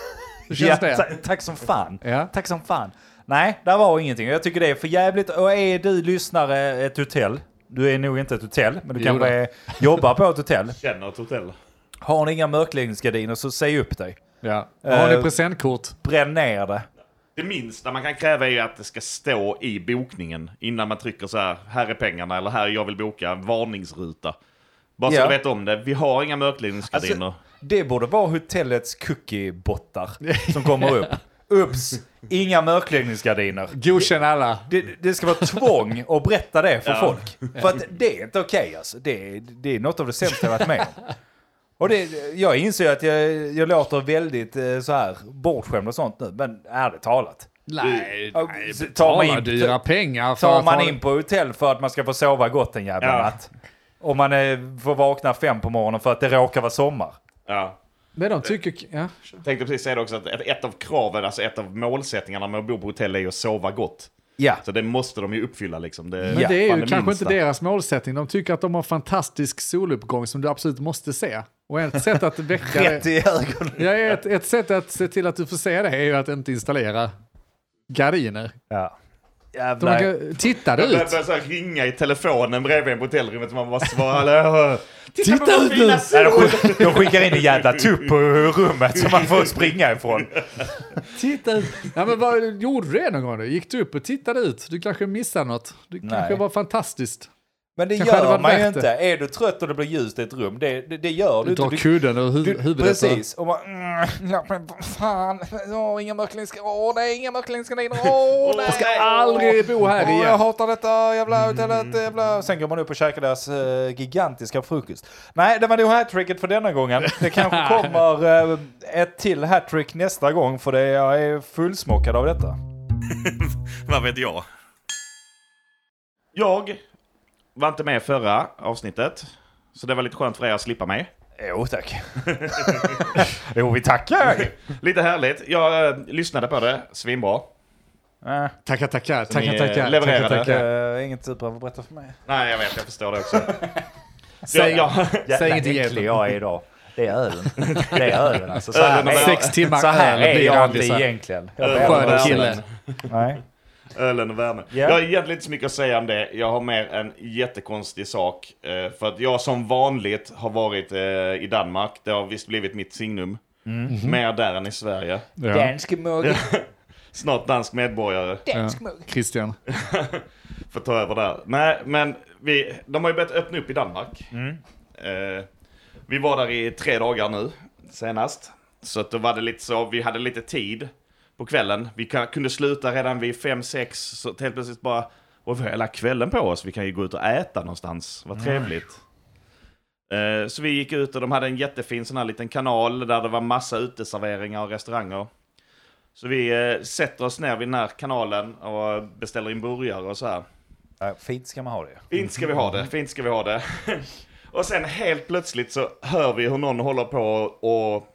Hur ja, känns det? ta- tack som fan. Ja. Tack som fan. Nej, där var ingenting. Jag tycker det är för jävligt. Och är du lyssnare ett hotell, du är nog inte ett hotell, men du Jo kanske då. är, jobbar på ett hotell. Känner ett hotell. Har ni inga mörkläggningsgardiner så säg upp dig. Ja. Har ni Eh, presentkort? Bränn ner det. Det minsta man kan kräva är ju att det ska stå i bokningen innan man trycker så här, här är pengarna eller här jag vill boka, en varningsruta. Bara så Ja. du vet om det, vi har inga mörkläggningsgardiner. Alltså, det borde vara hotellets cookie-bottar som kommer upp. Ups, inga mörkläggningsgardiner. Godkänn alla. Det, det ska vara tvång att berätta det för Ja. folk. För att det är inte okej alltså. Det, är- det är något av det sämsta jag varit med om. Och det, jag inser att jag, jag låter väldigt eh, så här bortskämd och sånt nu, men ärligt talat. Nej, Ja, nej så tar betala man in- dyra pengar för Tar att man ha- in på hotell för att man ska få sova gott en jävla Ja. natt. Och man eh, får vakna fem på morgonen för att det råkar vara sommar. Ja. Men de tycker... Ja. Tänkte precis säga det också, att ett, ett av kraven, alltså ett av målsättningarna med att bo på hotell är ju att sova gott. Ja. Så det måste de ju uppfylla liksom. Det, Men Ja, det är fan ju kanske minsta. inte deras målsättning. De tycker att de har fantastisk soluppgång som du absolut måste se. Och ett sätt att väcka Rätt det... i ögonen. Ja, ett, ett sätt att se till att du får se det är ju att inte installera gardiner. Ja. De Jävlar. kan, titta det Jag börjar ut. börjar så här ringa i telefonen bredvid en på hotellrummet så man bara svarar. Titta, Titta på vår ut fina nu. sol! Nej, de, skickar, de skickar in en jävla tupp på rummet som man får springa ifrån. Titta ut. Ja, men vad, gjorde du det någon gång då? Gick du upp och tittade ut? Du kanske missade något. Det Nej. kanske var fantastiskt. Men det Kanske hade gör varit man ju värt inte. Är du trött och det blir ljust i ett rum, det, det, det gör du Du inte. drar Du, kudden ur hu- du, huvudet. precis. Och man... Mm, ja, men vad fan. Åh, inga mörkläggningsgardiner. Åh, nej, inga mörkläggningsgardiner. Åh, nej. Jag ska aldrig bo här Åh, jag igen. hatar detta jävla hotellet. Jävla... Sen går man upp och käkar deras uh, gigantiska frukost. Nej, det var nog hattricket för denna gången. Det kanske kommer uh, ett till hattrick nästa gång, för det, jag är fullsmockad av detta. Vad vet jag? Jag var inte med förra avsnittet. Så det var lite skönt för er att slippa mig. Jo, tack. Jo, vi tackar. Lite härligt. Jag äh, lyssnade på det, svinbra. Äh, Tackar, tackar, tackar, ni, eh, tackar. levererade. tackar, tackar. uh, inget du behöver berätta för mig. Nej, jag vet, jag förstår det också. Säg, ja, säg ingenting äcklig egentligen. jag är idag. Det är ölen. Det är ölen alltså. Så här, Ölen och är, Sex timmar så här öl är blir jag Andy inte så här. egentligen. Jag Ölen ber om och Skön ursäkt. kille. Nej. Ölen och värmen. Ja. Jag har egentligen inte så mycket att säga om det. Jag har mer en jättekonstig sak. Eh, för att jag som vanligt har varit eh, i Danmark. Det har visst blivit mitt signum. Mer där än i Sverige. Ja. Dansk mugg. Snart dansk medborgare. Dansk mugg. Christian. Får ta över där. Nej, men vi, de har ju börjat öppna upp i Danmark. Eh, vi var där i tre dagar nu, senast. Så att då var det lite så, vi hade lite tid på kvällen. Vi kan, kunde sluta redan vid fem, sex. Så helt plötsligt bara, och vi har hela kvällen på oss. Vi kan ju gå ut och äta någonstans. Vad trevligt. Eh, så vi gick ut och de hade en jättefin sån här liten kanal där det var massa uteserveringar och restauranger. Så vi eh, sätter oss ner vid den här kanalen och beställer in burgare och så här. Ja, fint ska man ha det. Fint ska vi ha det, fint ska vi ha det. Och sen helt plötsligt så hör vi hur någon håller på och,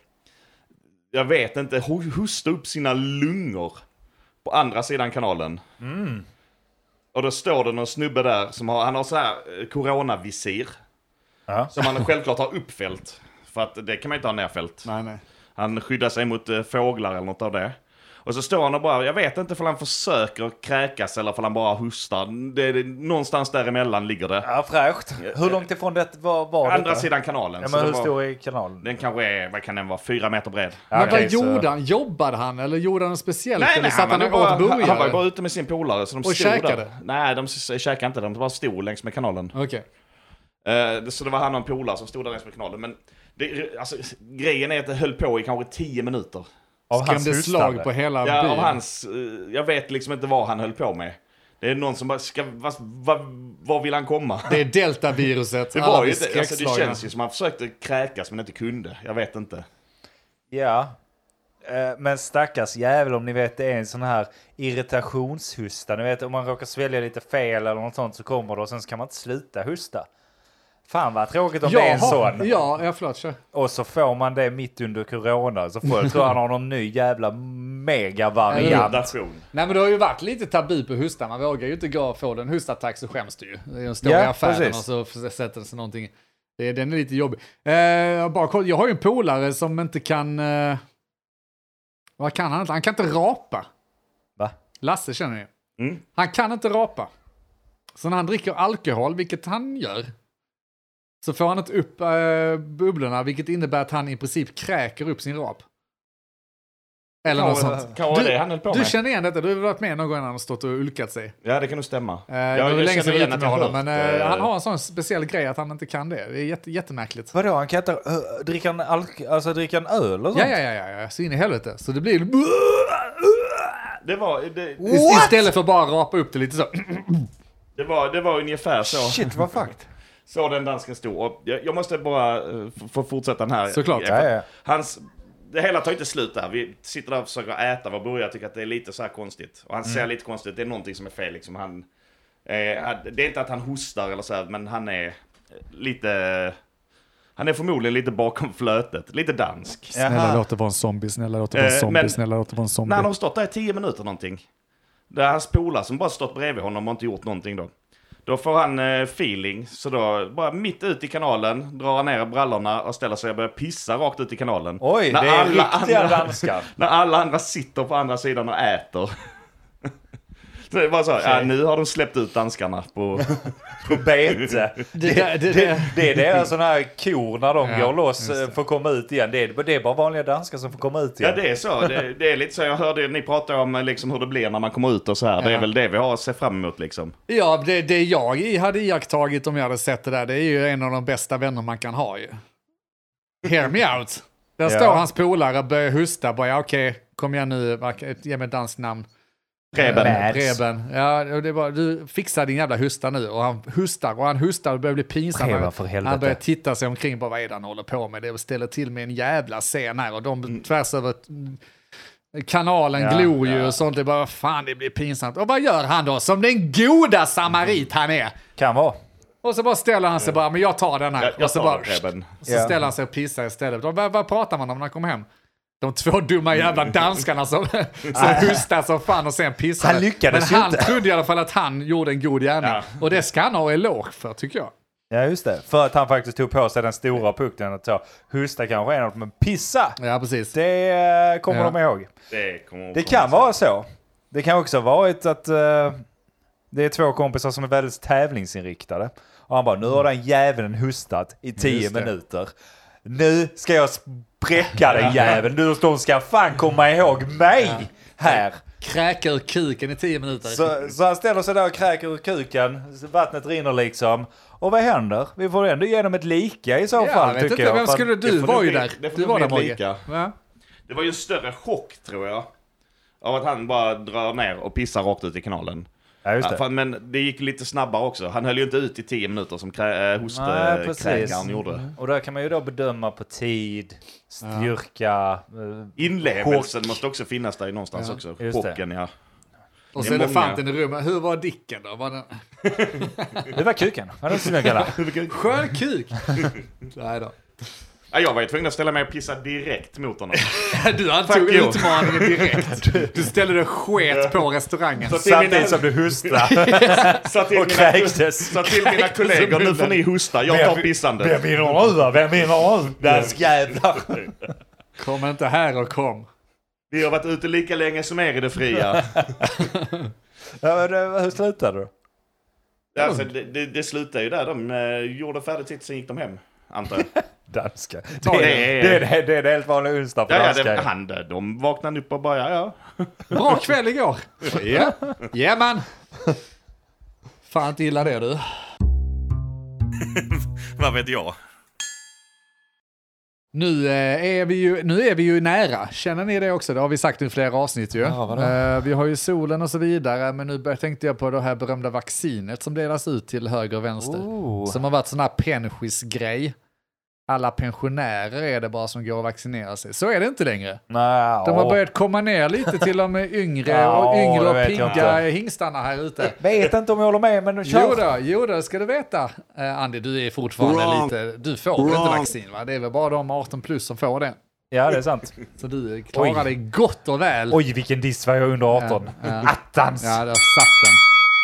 jag vet inte, hosta upp sina lungor på andra sidan kanalen. Mm. Och då står det någon snubbe där som har, han har så här eh, coronavisir. Ja. Som han självklart har uppfällt. För att det kan man inte ha nerfällt. Nej, nej. Han skyddar sig mot eh, fåglar eller något av det. Och så står han och bara, jag vet inte om han försöker kräkas eller om han bara hostar. Det, det, någonstans däremellan ligger det. Ja, fräscht. Hur långt ifrån det var, var Andra detta? sidan kanalen. Ja, så men det hur var, stor är kanalen? den kanske är, vad kan den vara, fyra meter bred. Ja, Men okej, vad så- gjorde han? Jobbade han eller gjorde han något speciellt? Nej, eller nej, satt han, han var och bara, åt burgare? han var bara ute med sin polare. Så de Och stod käkade? där. Nej, de s- käkade inte. De bara stod längs med kanalen. Okej. Eh, så det var han och en polare som stod där längs med kanalen. Men det, alltså, grejen är att det höll på i kanske tio minuter. Av skrämde hans slag hustande. på hela Ja, byn. av hans, eh, jag vet liksom inte vad han höll på med. Det är någon som bara, ska, vad, vad, vad vill han komma? Det är deltaviruset. Det Alla var ju blir inte, alltså det skräckslagna. känns ju som att han försökte kräkas men inte kunde. Jag vet inte. Ja. Eh, Men stackars jävel, om ni vet, det är en sån här irritationshusta. Ni vet, om man råkar svälja lite fel eller något sånt så kommer det och sen ska man inte sluta husta. Fan vad tråkigt om det är en sån. Ja, ja, förlåt. Kör. Och så får man det mitt under corona. Så får jag tror han har någon ny jävla mega-variant. Irritation. Nej, men det har ju varit lite tabu på hustar. Man vågar ju inte gå och få en hustattack så skäms du ju. Det är en stor Ja, i affären precis. och så sätter sig någonting. Det, den är lite jobbig. Eh, bara, kolla, jag har ju en polare som inte kan... Eh, vad kan han inte? Han kan inte rapa. Va? Lasse känner ni. Mm. Han kan inte rapa. Så när han dricker alkohol, vilket han gör, så får han inte upp eh, bubblorna, vilket innebär att han i princip kräker upp sin rap. Eller något sånt. Kan vara det han höll på Du med. känner igen detta, du har varit med någon gång när han har stått och ulkat sig. Ja, det kan nog stämma. Eh, jag, det var jag länge känner sedan jag igen var att ute jag med har honom, men hört, eh, eh, han har en sån speciell grej att han inte kan det. Det är jätte, jättemärkligt. Vadå, han kan inte uh, dricka en, alk- alltså, dricka en öl och sånt? Ja, ja, ja, ja, ja, så in i helvete. Så det blir... Det var, det, Ist- Istället för att bara rapa upp det lite så. det var, det var ungefär så. Shit, vad fucked. Så den dansken stod. Och jag, jag måste bara uh, f- få fortsätta den här. Såklart. För Ja, ja. Hans, det hela tar inte slut där. Vi sitter där och försöker äta vår burgare. Jag tycker att det är lite så här konstigt. Och han ser lite konstigt. Det är någonting som är fel. Liksom. Han, eh, han- det är inte att han hostar eller så här, men han är lite... Han är förmodligen lite bakom flötet. Lite dansk. Jaha. låt det vara en zombie, snälla låt det vara en Eh, zombie, men- snälla låt det vara en zombie. När han har stått där i tio minuter någonting. Det är hans polare som bara stått bredvid honom och inte gjort någonting då. Då får han eh, feeling, så då bara mitt ut i kanalen drar han ner brallorna och ställer sig och börjar pissa rakt ut i kanalen. Oj, När det är alla riktiga andra- danskar. När alla andra sitter på andra sidan och äter. Så det är bara så, ja, nu har de släppt ut danskarna på... På bete. Det, det, det, Det, det är deras sådana här kor när de Ja, går loss just det. eh, får komma ut igen. Det är, det är bara vanliga danskar som får komma ut Ja, igen. det är så. Det, det är lite så. Jag hörde ni prata om liksom hur det blir när man kommer ut och så här. Det är Ja. väl det vi har att se fram emot liksom. Ja, det, det jag i- hade iakttagit om jag hade sett det där, det är ju en av de bästa vänner man kan ha ju. Hear me out. Där Ja. står hans polare och börjar husta, bara ja, okej, kom igen nu, ge mig ett danskt namn. Reben. Eh, Mads. Reben. Ja, och det var, du fixar din jävla husta nu. Och han hustar och han hustar och börjar bli pinsam. Reben, för helvete. Han börjar titta sig omkring på vad är det han håller på med. Det ställer till med en jävla scen här och de tvärs över mm, kanalen Ja, glor ju ja. och sånt. Det är bara fan, det blir pinsamt. Och vad gör han då? Som den goda samarit han är. Kan vara. Och så bara ställer han sig bara, men jag tar den här. Jag, jag och så tar bara, det, Reben. så Ja. ställer han sig och pissar istället. Och vad, vad pratar man om när han kommer hem? De två dumma jävla danskarna som, som hustar som fan och sen pissar. Han lyckades Men ju han inte. trodde i alla fall att han gjorde en god gärning. Ja. Och det ska han ha eloge för, tycker jag. Ja, just det. För att han faktiskt tog på sig den stora punkten att ta husta kanske är något, men pissa! Ja, precis. Det eh, kommer Ja. de ihåg. Det, kommer Det kan vara så. Det kan också ha varit att eh, det är två kompisar som är väldigt tävlingsinriktade. Och han bara, nu har den jäveln hustat i tio Just det. minuter. Nu ska jag spräcka den jäveln. Nu de ska fan komma ihåg mig här. Kräka ur kuken i tio minuter. Så, så han ställer sig där och kräker ur kuken. Vattnet rinner liksom. Och vad händer? Vi får ändå ge dem ett lika i så ja, fall, jag vet tycker inte, jag. vem För att- skulle det du får var nog ju bli- där. det får Du nog var där, bli Mogge. lika. Va? Det var ju en större chock, tror jag. Av att han bara drar ner och pissar rakt ut i kanalen. Ja, just Ja, det. fan, men det gick lite snabbare också. Han höll ju inte ut i tio minuter som krä- äh, Nej, precis. hostkräkaren gjorde. Och där kan man ju då bedöma på tid, styrka, eh, Inlevelsen chock. måste också finnas där någonstans Ja, också. just det. Chocken, ja. Och Det så är många. elefanten i rummet. Hur var dicken då? Var den... Det var kuken. Vad är det som jag kallar? Skön kuk! Nej då. Ja, jag var ju tvungen att ställa mig och pissa direkt mot honom. Du antog Fuck you. utmaningen direkt. Du ställde dig sket på restaurangen. Så till mina, Samtidigt som du hustade sa till och mina, kräktes. sa till mina kollegor, nu får ni hosta, jag tar pissandet. Vem vinner nu då? Vem vinner nu? Danskjävlar. Kom inte här och kom. Vi har varit ute lika länge som er i det fria. Ja, men det- hur slutade du? Alltså, det, det, det slutade ju där. De eh, gjorde färdigt sitt, sen gick de hem, antar jag. Danska. Det Ta är det. det, är, det, är, det är helt vanlig onsdag för Ja, ja, danska. det, han, de vaknade upp och bara, ja, ja. Bra kväll igår. Ja, ja man. Fan inte illa det du. Vad vet jag? Nu är, vi ju, nu är vi ju nära. Känner ni det också? Det har vi sagt i flera avsnitt ju. Ja, uh, vi har ju solen och så vidare. Men nu tänkte jag på det här berömda vaccinet som delas ut till höger och vänster. Oh. Som har varit sån här penskis-grej. Alla pensionärer är det bara som går och vaccinerar sig. Så är det inte längre. No. De har börjat komma ner lite till de yngre och yngre och pigga hingstarna här ute. Jag vet inte om jag håller med, men kör. Jo då, jo då, ska du veta. Uh, Andy, du är fortfarande Wrong. lite... Du får Wrong. inte vaccin, va? Det är väl bara de arton plus som får det. Ja, det är sant. Så du klarar Oj. dig gott och väl. Oj, vilken diss var jag under arton. Ja, ja. Attans! Ja, det har satt den.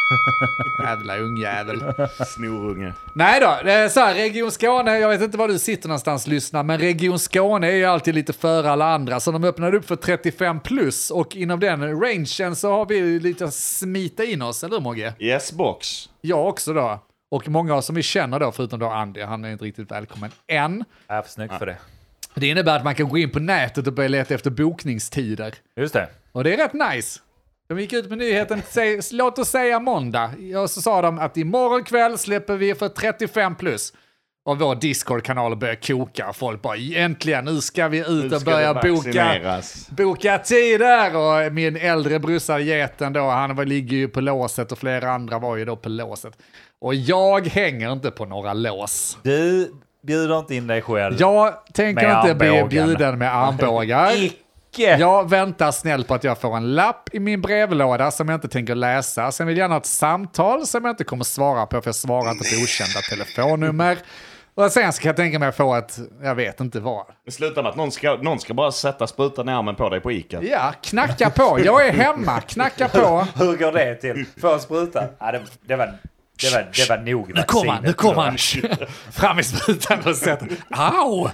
Jävla ungjävel. Snorunge. Nej då, det är så här, Region Skåne, jag vet inte var du sitter någonstans lyssna, men Region Skåne är ju alltid lite före alla andra, så de öppnade upp för trettiofem plus och inom den rangen så har vi lite smita in oss, eller Mogge? Yes, box. Jag också då. Och många som vi känner då, förutom då Andy, han är inte riktigt välkommen än. Jag är för snygg för det. Det innebär att man kan gå in på nätet och börja leta efter bokningstider. Just det. Och det är rätt nice. De gick ut med nyheten, säg, låt oss säga måndag. Och så sa de att imorgon kväll släpper vi för trettiofem plus. Och vår Discord-kanal börjar koka. Folk bara, äntligen, nu ska vi ut och börja boka, boka tider. Och min äldre brussar Geten då, han var, ligger ju på låset och flera andra var ju då på låset. Och jag hänger inte på några lås. Du bjuder inte in dig själv. Jag tänker inte bli bjuden med armbågar. Jag väntar snällt på att jag får en lapp i min brevlåda som jag inte tänker läsa. Sen vill jag gärna ha ett samtal som jag inte kommer svara på, för jag svarar inte på okända telefonnummer. Och sen ska jag tänka mig att få ett, jag vet inte vad. Det slutar med att någon ska, någon ska bara sätta sprutan i armen på dig på Ica. Ja, knacka på. Jag är hemma, knacka på. Hur går det till? Få en spruta? Ja, det, det var... Det var, det var nog nu kommer han, nu kommer han. Fram i sprutan och sätter. Au!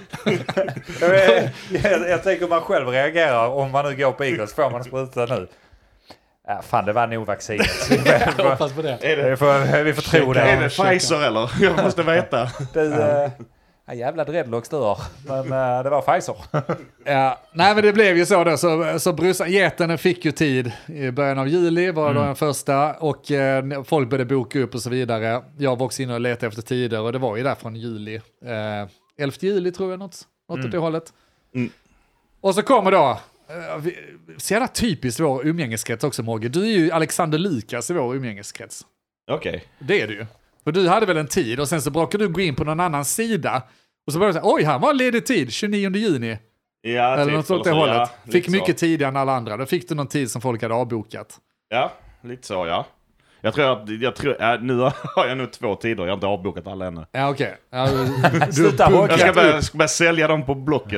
jag, jag, jag tänker man själv reagerar om man nu går på Igor så får man spruta nu. Ja, fan, det var nog vaccinet. Jag hoppas på det. Är det vi, får, vi får tro det. Är det Pfizer eller? Jag måste veta. Du, uh, ja, jävla dreadlocks du har. Men uh, det var Pfizer. Ja, nej men det blev ju så då. Så, så brusan, Geten fick ju tid i början av juli var mm. då den första. Och eh, folk började boka upp och så vidare. Jag var också inne och letade efter tider och det var ju där från juli. Eh, elfte juli tror jag något. Något mm. åt det hållet. Mm. Och så kommer då, eh, så jävla typiskt vår umgängeskrets också, Mogge. Du är ju Alexander Lukas i vår umgängeskrets. Okej. Okay. Det är du ju. För du hade väl en tid och sen så bråkade du gå in på någon annan sida. Och så började du säga, oj, han var ledig tid, tjugonionde juni. Ja, eller typ, något åt det så, hållet. Ja, fick mycket tid än alla andra. Då fick du någon tid som folk hade avbokat. Ja, lite så, ja. Jag tror att, jag tror, äh, nu har jag nog två tider, jag har inte avbokat alla ännu. Ja, okej. Okay. Ja, Sluta boka. Jag ska börja, ska börja sälja dem på Blocket.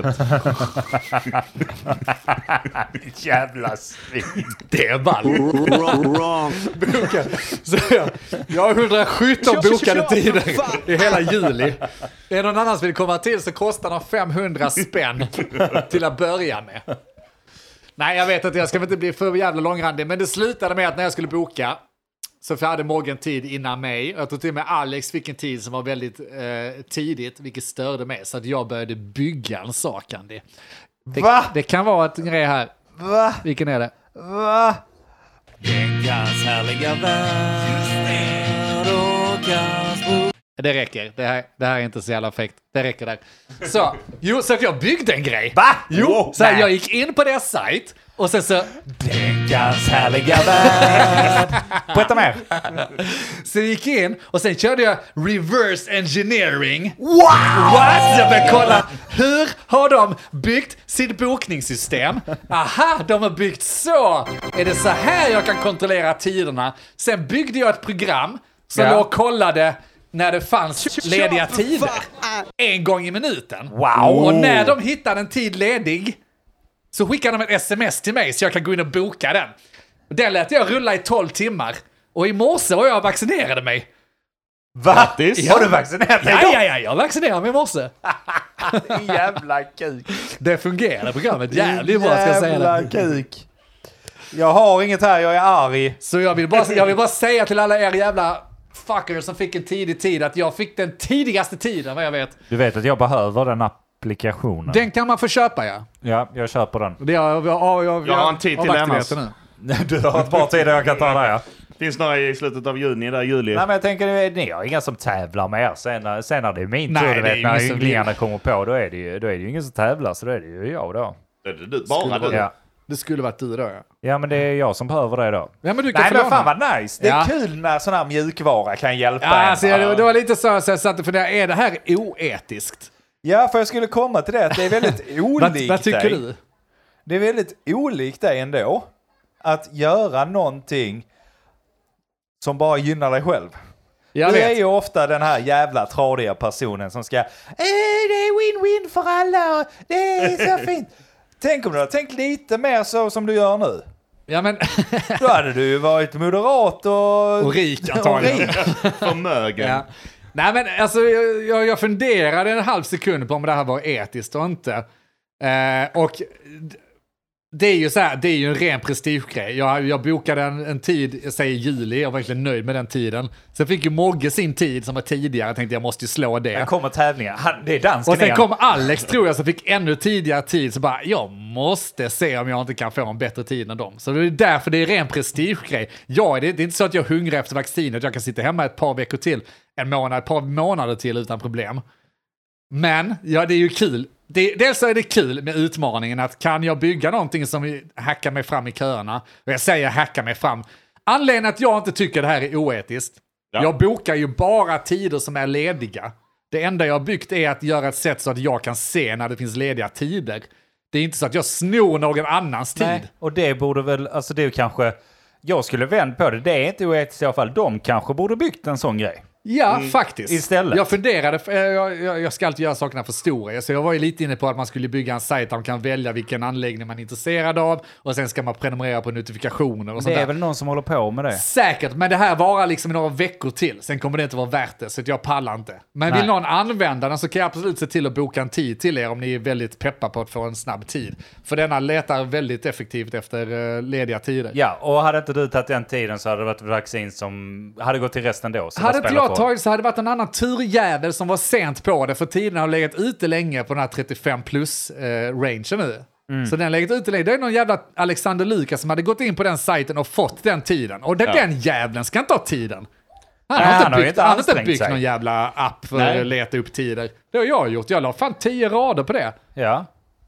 Jävla svin. Det är ball. Boka. Så jag, jag har hundrasjutton bokade tider i hela juli. Är någon annan som vill komma till så kostar de femhundra spänn till att börja med. Nej, jag vet att jag ska inte bli för jävla långrandig, men det slutade med att när jag skulle boka så hade Morgan tid innan mig. Jag tror till och med Alex fick en tid som var väldigt eh, tidigt, vilket störde mig. Så att jag började bygga en sak, Andy. Det, Va? Det kan vara ett grej här. Va? Vilken är det? Va? Veckans härliga värld och Kasper. Det räcker. Det här, det här är inte så jävla fräckt. Det räcker där. Så, jo, så att jag byggde en grej. Va? Jo, oh, så här, jag gick in på deras sajt och sen så... Veckans härliga värld. Berätta mer. Så jag gick in och sen körde jag reverse engineering. Wow! What? Jag började kolla, hur har de byggt sitt bokningssystem? Aha, de har byggt så. Är det så här jag kan kontrollera tiderna? Sen byggde jag ett program som ja. jag kollade när det fanns lediga tider. En gång i minuten. Wow! Och när de hittade en tid ledig så skickade de ett sms till mig så jag kan gå in och boka den. Den lät jag rulla i tolv timmar. Och i morse var jag vaccinerade mig. Va? Ja. Har du vaccinerat dig ja, ja, ja, jag vaccinerade mig i morse. Jävla kuk. Det fungerade programmet jävligt bra, ska jag säga det. Jävla kuk. Jag har inget här, jag är arg. Så jag vill bara, jag vill bara säga till alla er jävla fuckers som fick en tidig tid att jag fick den tidigaste tiden, vad jag vet. Du vet att jag behöver den applikationen. Den kan man få köpa, ja. Ja, jag köper den. Det, jag, jag, jag, jag, jag har en tid till Emmas. Du har ett par tider jag kan ta där, ja. Finns några i slutet av juni, där juli. Nej, men jag tänker, ni har inga som tävlar med er. Sen, sen när det är min Nej, tur, du det är vet, när ingen som ynglingarna kommer på, då är det ju, då är det ju ingen som tävlar, så då är det ju jag då. Det är du, bara du. Ja. Det skulle varit du då, ja. Ja, men det är jag som behöver det då. Ja, men du kan Nej, få men fan låna. vad nice. Det är Ja. kul när sån här mjukvara kan hjälpa Ja, en. alltså, jag, det var lite så att jag satt och funderade, är det här oetiskt? Ja, för jag skulle komma till det att det är väldigt Vad, olikt vad tycker dig. du? Det är väldigt olikt dig ändå att göra någonting som bara gynnar dig själv. Jag du vet. är ju ofta den här jävla tradiga personen som ska eh, det är win-win för alla och det är så fint. Tänk om du hade tänkt lite mer så som du gör nu. Ja, men... Då hade du ju varit moderat och... och rik antagligen. Förmögen. Ja. Nej, men alltså jag, jag funderade en halv sekund på om det här var etiskt och inte. Eh, och det är ju så här, det är ju en ren prestigegrej. Jag, jag bokade en, en tid, jag säger juli, jag var verkligen nöjd med den tiden. Sen fick ju Mogge sin tid som var tidigare, jag tänkte jag måste ju slå det. Här kommer tävlingar, Han, det är dansken Och sen igen. kom Alex, tror jag, som fick ännu tidigare tid. Så bara, jag måste se om jag inte kan få en bättre tid än dem. Så det är därför det är ren prestigegrej. Ja, det, det är inte så att jag hungrar efter vaccinet. Jag kan sitta hemma ett par veckor till, en månad, ett par månader till utan problem. Men, ja, det är ju kul. Det, dels så är det kul med utmaningen att kan jag bygga någonting som hackar mig fram i köerna. Och jag säger hacka mig fram. Anledningen att jag inte tycker det här är oetiskt. Ja. Jag bokar ju bara tider som är lediga. Det enda jag har byggt är att göra ett sätt så att jag kan se när det finns lediga tider. Det är inte så att jag snor någon annans tid. Nej, och det borde väl, alltså det är kanske, jag skulle vänt på det, det är inte oetiskt i alla fall. De kanske borde byggt en sån grej. Ja, Mm. faktiskt. Istället. Jag funderade, jag, jag, jag ska alltid göra sakerna för stora. Så jag var ju lite inne på att man skulle bygga en sajt där man kan välja vilken anläggning man är intresserad av. Och sen ska man prenumerera på notifikationer och sånt Det är där. väl någon som håller på med det. Säkert, men det här varar liksom några veckor till. Sen kommer det inte vara värt det, så att jag pallar inte. Men Nej. vill någon använda den så kan jag absolut se till att boka en tid till er om ni är väldigt peppa på att få en snabb tid. För denna letar väldigt effektivt efter uh, lediga tider. Ja, och hade inte du tagit den tiden så hade det varit ett vaccin som hade gått till resten då. Så Hade vad inte spelar jag för- tagit så hade det varit en annan turjävel som var sent på det, för tiden har legat ute länge på den här trettiofem plus eh, range nu. Mm. Så den har legat ute länge. Det är någon jävla Alexander Lukas som hade gått in på den sajten och fått den tiden. Och den, Ja. den jävlen ska inte ha tiden. Han Nej, har han inte har ju byggt, inte han har inte ansträngt byggt sig. någon jävla app för Nej. att leta upp tider. Det har jag gjort. Jag la fan tio rader på det. Ja.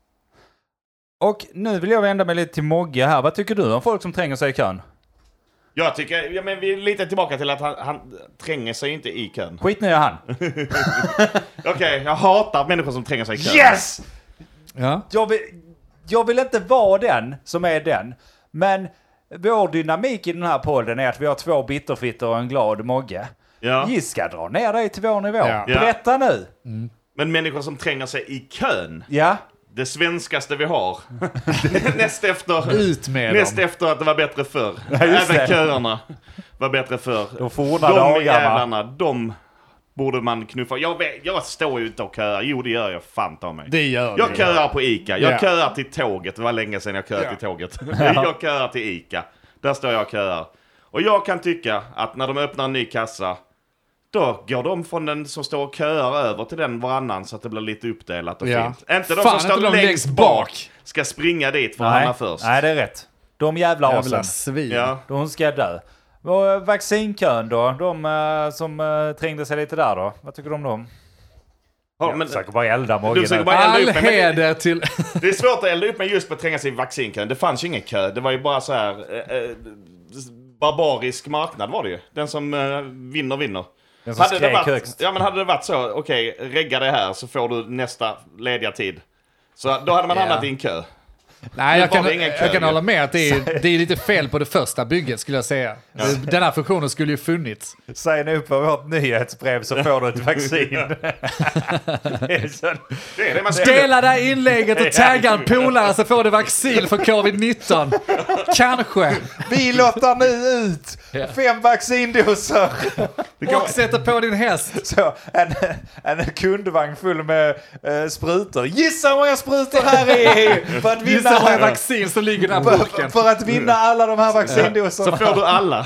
Och nu vill jag vända mig lite till Mogge här. Vad tycker du om folk som tränger sig i kön? Jag tycker, ja, men vi är lite tillbaka till att han, han tränger sig inte i kön. Skit nu i han. Okej, okay, jag hatar människor som tränger sig i kön. Yes! Ja. Jag vill, jag vill inte vara den som är den. Men vår dynamik i den här podden är att vi har två bitterfitter och en glad Mogge. Ja. Vi ska dra ner dig till vår nivå. Ja. Berätta nu. Men människor som tränger sig i kön. Ja. Det svenskaste vi har. näst efter, Ut med näst dem. efter att det var bättre förr. Ja, just Även det. köerna var bättre förr. De forna De dagarna. jävlarna, de borde man knuffa. Jag, vet, jag står ju inte och köar. Jo, det gör jag fan ta mig. Det gör Jag det. köar på Ica. Jag Ja. köar till tåget. Det var länge sedan jag köade Ja. till tåget. jag köar till Ica. Där står jag och köar. Och jag kan tycka att när de öppnar en ny kassa, då går de från den som står och köar över till den varannan så att det blir lite uppdelat och Ja. fint. Inte de Fan, som står inte de längst längst bak bak. ska springa dit för att Nej. hamna först. Nej, det är rätt. De jävla Jävla asen. svin. Ja. De ska dö. Och eh, vaccinkön då? De eh, som uh, trängde sig lite där då? Vad tycker du om dem? Ja, Jag men, försöker bara elda du Mogge försöker nu. bara elda All upp mig, men det, heder till... det är svårt att elda upp mig just på att tränga sig i vaccinkön. Det fanns ju ingen kö. Det var ju bara så här eh, eh, barbarisk marknad var det ju. Den som eh, vinner vinner. Den som Hade det, skrek varit, högst. ja, men hade det varit så, okej, regga det här så får du nästa lediga tid. Så då hade man Ja. hamnat i en kö. Nej, Nu jag var kan, det ingen kö, jag kan ju. hålla med att det är, det är lite fel på det första bygget skulle jag säga. Den här funktionen skulle ju funnits. Signa upp på vårt nyhetsbrev så får du ett vaccin. Det är så- Det är det man skulle. Dela det här inlägget och tagga en polare så får du vaccin för covid nitton. Kanske. Vi lottar nu ut fem vaccindoser. Och sätter på din häst. Så, en, en kundvagn full med eh, sprutor. Gissa hur många sprutor här är för att vinna, Gissa hur många vaccin som ligger där på för, burken. för att vinna alla de här vaccindoserna. Så får du alla.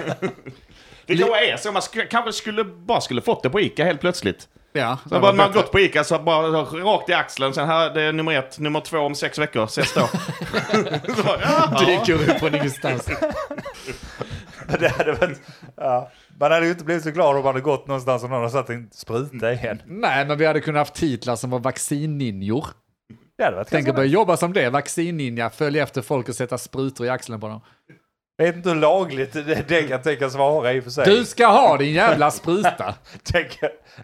Det kanske är så. Man sk- kanske skulle, bara skulle fått det på Ica helt plötsligt. Ja, Så bara man gått på Ica så bara rakt i axeln. Sen här, det är nummer ett, nummer två om sex veckor. Ses då. Så bara, ja. dyker upp från ingenstans. Det hade varit, ja. Man hade ju inte blivit så glad om man hade gått någonstans och någon hade satt en spruta igen. Nej, men vi hade kunnat haft titlar som var vaccinninjor. Det hade varit Tänk att börja jobba som det, vaccinninja, följa efter folk och sätta sprutor i axeln på dem. Jag vet inte hur lagligt det, det kan tänkas vara i och för sig. Du ska ha din jävla spruta. Tänk,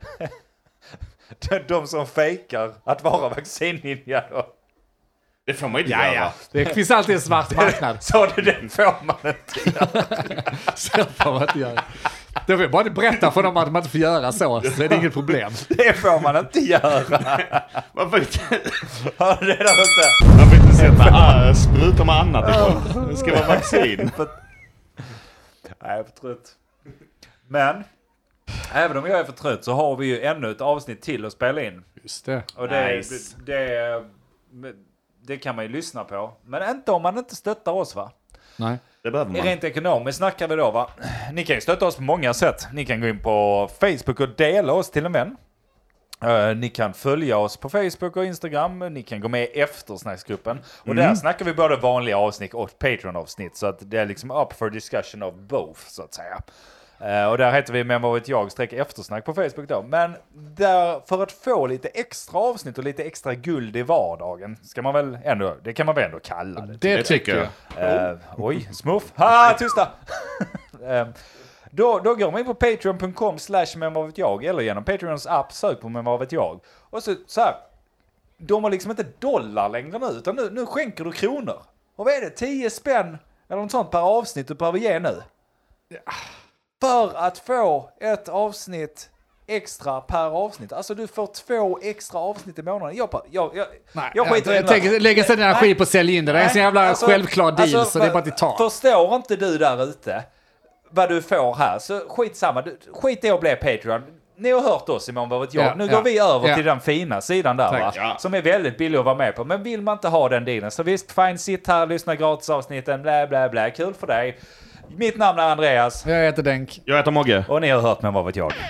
de som fejkar att vara vaccinninja då. Det får man inte Ja, göra. ja. Det finns alltid en svart marknad. Så det, det får man inte göra. Så får man inte göra. Då vill jag bara berätta för dem att man inte får göra så, så är det inget problem. Det får man inte göra. Varför inte? Har du redan inte? Varför inte sätta äh, sprutor med annat ifrån? Det ska vara vaccin. Nej, jag är för trött. Men, även om jag är för trött så har vi ju ännu ett avsnitt till att spela in. Just det. Och det, Nice. det, det, det kan man ju lyssna på. Men inte om man inte stöttar oss, va? Nej. Det behöver man. Rent ekonomiskt snackar vi då, va? Ni kan ju stötta oss på många sätt. Ni kan gå in på Facebook och dela oss till en vän. Uh, ni kan följa oss på Facebook och Instagram. Ni kan gå med i eftersnacksgruppen. Och Mm. där snackar vi både vanliga avsnitt och Patreon-avsnitt. Så att det är liksom up for discussion of both, så att säga. Uh, och där heter vi Men vad vet jag streck eftersnack på Facebook då. Men där, för att få lite extra avsnitt och lite extra guld i vardagen ska man väl ändå, det kan man väl ändå kalla det. Det, Det tycker jag. Uh, oj, smooth. Ha, tysta! uh, då, då går man in på patreon punkt com slash men vad vet jag eller genom Patreons app, sök på men vad vet jag. Och så, så här, de har liksom inte dollar längre nu, utan nu, nu skänker du kronor. Och vad är det? tio spänn eller något sånt per avsnitt du behöver ge nu. För att få ett avsnitt extra per avsnitt. Alltså du får två extra avsnitt i månaden. Jag, jag, jag, Nej, jag skiter i jag det. tänker lägga sig energi Nej. på att sälja in det. Det är en så jävla Alltså, självklar deal, alltså, så det är bara att ta. Förstår inte du där ute vad du får här, så skit samma. Du, skit i att bli Patreon. Ni har hört oss imorgon, vad vet jag. Ja, nu ja, går vi över ja. till den fina sidan där, Tack. va? Ja. Som är väldigt billig att vara med på. Men vill man inte ha den dealen, så visst, fine, sitt här, lyssna gratisavsnitten, blä, blä, blä. Kul för dig. Mitt namn är Andreas. Jag heter Denk. Jag heter Mogge. Och ni har hört men vad vet jag.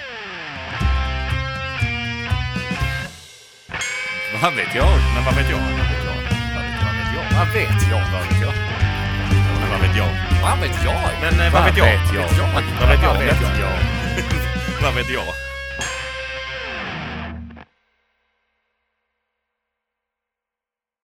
Vad vet jag? Men vad vet jag? Vad vet jag? Vad vet jag? Vad vet jag? Men vad vet jag? Vad vet jag? Men vad vet jag? Vad vet jag? Vad vet jag? Vad vet jag? Vad vet jag?